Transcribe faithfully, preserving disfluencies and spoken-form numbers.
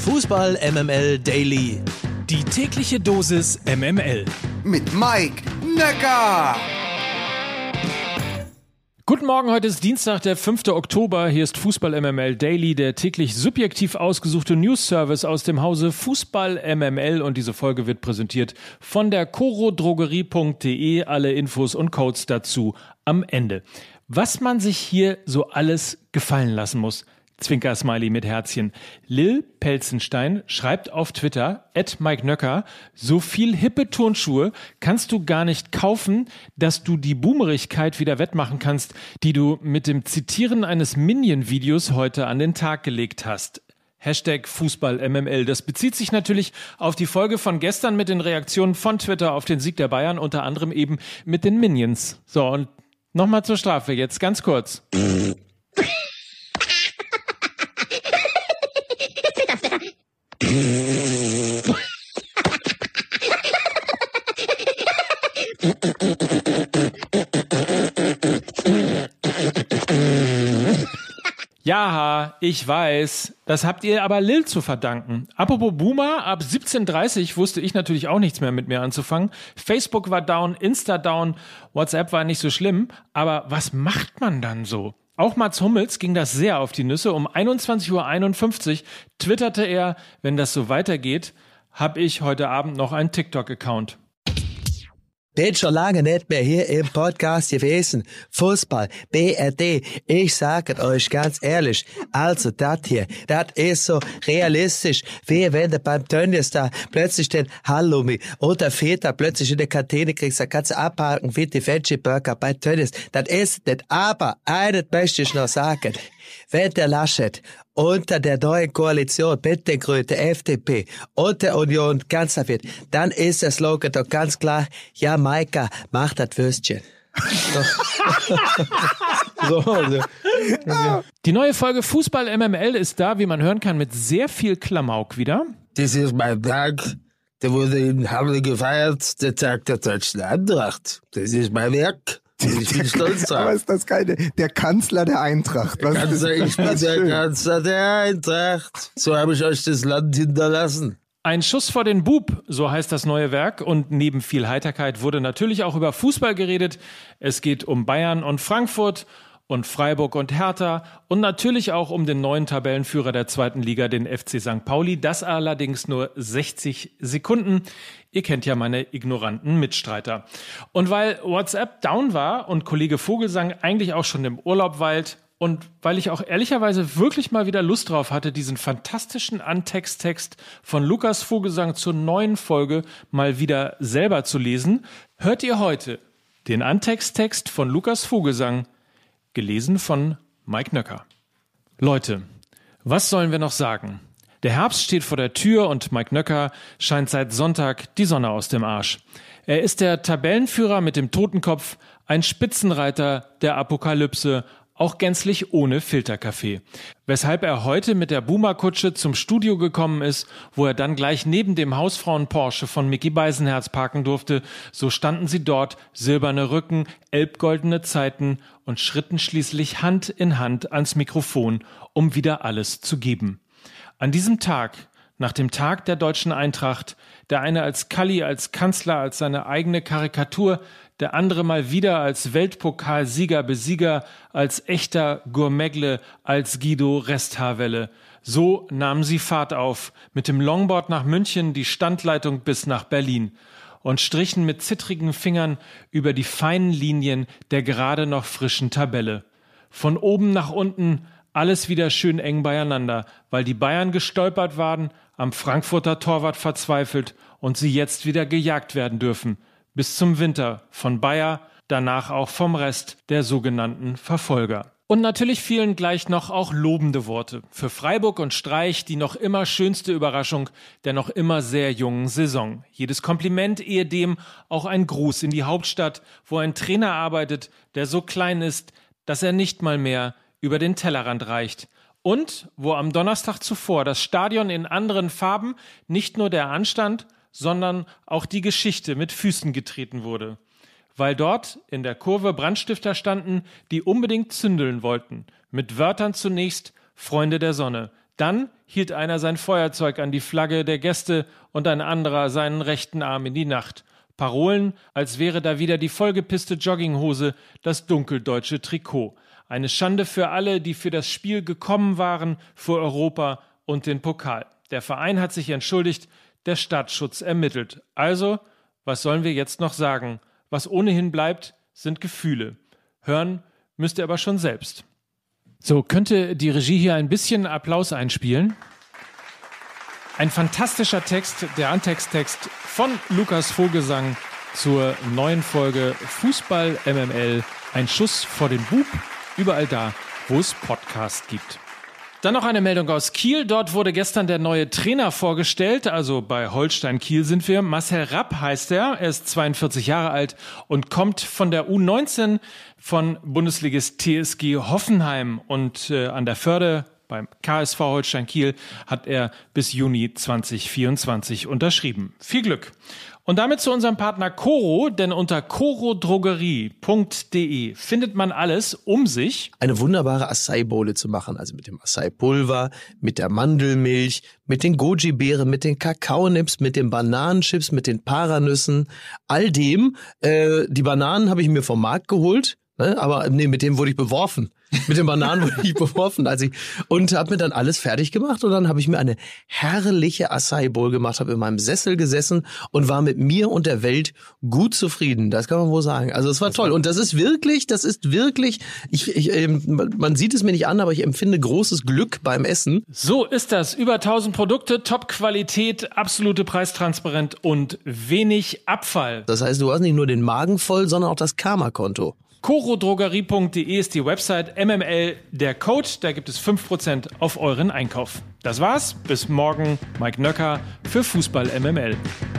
Fußball M M L Daily. Die tägliche Dosis M M L. Mit Mike Nöcker. Guten Morgen, heute ist Dienstag, der fünfte Oktober. Hier ist Fußball M M L Daily, der täglich subjektiv ausgesuchte News-Service aus dem Hause Fußball M M L. Und diese Folge wird präsentiert von der corodrogerie punkt de. Alle Infos und Codes dazu am Ende. Was man sich hier so alles gefallen lassen muss. Zwinker-Smiley mit Herzchen. Lil Pelzenstein schreibt auf Twitter, at Mike Nöcker, so viel hippe Turnschuhe kannst du gar nicht kaufen, dass du die Boomerigkeit wieder wettmachen kannst, die du mit dem Zitieren eines Minion-Videos heute an den Tag gelegt hast. Hashtag Fußball M M L. Das bezieht sich natürlich auf die Folge von gestern mit den Reaktionen von Twitter auf den Sieg der Bayern, unter anderem eben mit den Minions. So, und nochmal zur Strafe jetzt, ganz kurz. Ja, ich weiß, das habt ihr aber Lil zu verdanken. Apropos Boomer, ab siebzehn Uhr dreißig wusste ich natürlich auch nichts mehr mit mir anzufangen. Facebook war down, Insta down, WhatsApp war nicht so schlimm. Aber was macht man dann so? Auch Mats Hummels ging das sehr auf die Nüsse. Um einundzwanzig Uhr einundfünfzig twitterte er, wenn das so weitergeht, habe ich heute Abend noch einen TikTok-Account. Bin schon lange nicht mehr hier im Podcast gewesen. Fußball, B R D, ich sage euch ganz ehrlich, also das hier, das ist so realistisch, wie wenn du beim Tönnies da plötzlich den Halloumi oder Feta plötzlich in der Kantine kriegst, da kannst du abhaken wie die Veggie-Burger bei Tönnies. Das ist nicht, aber eines möchte ich noch sagen. Wenn der Laschet unter der neuen Koalition mit den Grünen, der F D P und der Union Kanzler wird, dann ist der Slogan doch ganz klar, ja, Maika, mach das Würstchen. so, so. Die neue Folge Fußball M M L ist da, wie man hören kann, mit sehr viel Klamauk wieder. Das ist mein Tag, der wurde in Halle gefeiert, der Tag der deutschen Eintracht. Das ist mein Werk. Ich bin stolz drauf. Aber ist das geile, der Kanzler der Eintracht. Was Kanzler, ist, ich bin der schön. Kanzler der Eintracht. So habe ich euch das Land hinterlassen. Ein Schuss vor den Bub, so heißt das neue Werk. Und neben viel Heiterkeit wurde natürlich auch über Fußball geredet. Es geht um Bayern und Frankfurt und Freiburg und Hertha und natürlich auch um den neuen Tabellenführer der zweiten Liga, den F C Sankt Pauli. Das allerdings nur sechzig Sekunden. Ihr kennt ja meine ignoranten Mitstreiter. Und weil WhatsApp down war und Kollege Vogelsang eigentlich auch schon im Urlaub weilt und weil ich auch ehrlicherweise wirklich mal wieder Lust drauf hatte, diesen fantastischen Antexttext von Lukas Vogelsang zur neuen Folge mal wieder selber zu lesen, hört ihr heute den Antexttext von Lukas Vogelsang, gelesen von Mike Nöcker. Leute, was sollen wir noch sagen? Der Herbst steht vor der Tür und Mike Nöcker scheint seit Sonntag die Sonne aus dem Arsch. Er ist der Tabellenführer mit dem Totenkopf, ein Spitzenreiter der Apokalypse, auch gänzlich ohne Filterkaffee. Weshalb er heute mit der Boomer-Kutsche zum Studio gekommen ist, wo er dann gleich neben dem Hausfrauen-Porsche von Micky Beisenherz parken durfte, so standen sie dort, silberne Rücken, elbgoldene Zeiten und schritten schließlich Hand in Hand ans Mikrofon, um wieder alles zu geben. An diesem Tag, nach dem Tag der deutschen Eintracht, der eine als Kalli, als Kanzler, als seine eigene Karikatur, der andere mal wieder als Weltpokalsieger, Besieger, als echter Gourmegle, als Guido Resthaarwelle. So nahmen sie Fahrt auf, mit dem Longboard nach München, die Standleitung bis nach Berlin und strichen mit zittrigen Fingern über die feinen Linien der gerade noch frischen Tabelle. Von oben nach unten alles wieder schön eng beieinander, weil die Bayern gestolpert waren, am Frankfurter Torwart verzweifelt und sie jetzt wieder gejagt werden dürfen. Bis zum Winter von Bayer, danach auch vom Rest der sogenannten Verfolger. Und natürlich fielen gleich noch auch lobende Worte für Freiburg und Streich, die noch immer schönste Überraschung der noch immer sehr jungen Saison. Jedes Kompliment ehedem auch ein Gruß in die Hauptstadt, wo ein Trainer arbeitet, der so klein ist, dass er nicht mal mehr über den Tellerrand reicht. Und wo am Donnerstag zuvor das Stadion in anderen Farben nicht nur der Anstand, sondern auch die Geschichte mit Füßen getreten wurde. Weil dort in der Kurve Brandstifter standen, die unbedingt zündeln wollten. Mit Wörtern zunächst Freunde der Sonne, Dann hielt einer sein Feuerzeug an die Flagge der Gäste und ein anderer seinen rechten Arm in die Nacht. Parolen, als wäre da wieder die vollgepisste Jogginghose, das dunkeldeutsche Trikot. Eine Schande für alle, die für das Spiel gekommen waren, für Europa und den Pokal. Der Verein hat sich entschuldigt, der Staatsschutz ermittelt. Also, was sollen wir jetzt noch sagen? Was ohnehin bleibt, sind Gefühle. Hören müsst ihr aber schon selbst. So, könnte die Regie hier ein bisschen Applaus einspielen? Ein fantastischer Text, der Antexttext von Lukas Vogelsang zur neuen Folge Fußball M M L. Ein Schuss vor den Bub, überall da, wo es Podcasts gibt. Dann noch eine Meldung aus Kiel. Dort wurde gestern der neue Trainer vorgestellt. Also bei Holstein Kiel sind wir. Marcel Rapp heißt er. Er ist zweiundvierzig Jahre alt und kommt von der U neunzehn von Bundesligist T S G Hoffenheim. Und äh, an der Förde beim K S V Holstein Kiel hat er bis Juni zwanzig vierundzwanzig unterschrieben. Viel Glück! Und damit zu unserem Partner Coro, denn unter coro drogerie punkt de findet man alles, um sich eine wunderbare Acai-Bowle zu machen. Also mit dem Acai-Pulver, mit der Mandelmilch, mit den Goji-Beeren, mit den Kakaonips, mit den Bananenchips, mit den Paranüssen, all dem. Äh, die Bananen habe ich mir vom Markt geholt, ne? Aber nee, mit dem wurde ich beworfen. Mit den Bananen wurde ich beworfen, als ich und habe mir dann alles fertig gemacht und dann habe ich mir eine herrliche Acai Bowl gemacht, habe in meinem Sessel gesessen und war mit mir und der Welt gut zufrieden. Das kann man wohl sagen. Also es war toll und das ist wirklich, das ist wirklich, ich, ich ähm, man sieht es mir nicht an, aber ich empfinde großes Glück beim Essen. So ist das. Über tausend Produkte, Top-Qualität, absolute Preistransparenz und wenig Abfall. Das heißt, du hast nicht nur den Magen voll, sondern auch das Karma-Konto. coro drogerie punkt de ist die Website, M M L der Code, da gibt es fünf Prozent auf euren Einkauf. Das war's, bis morgen, Mike Nöcker für Fußball M M L.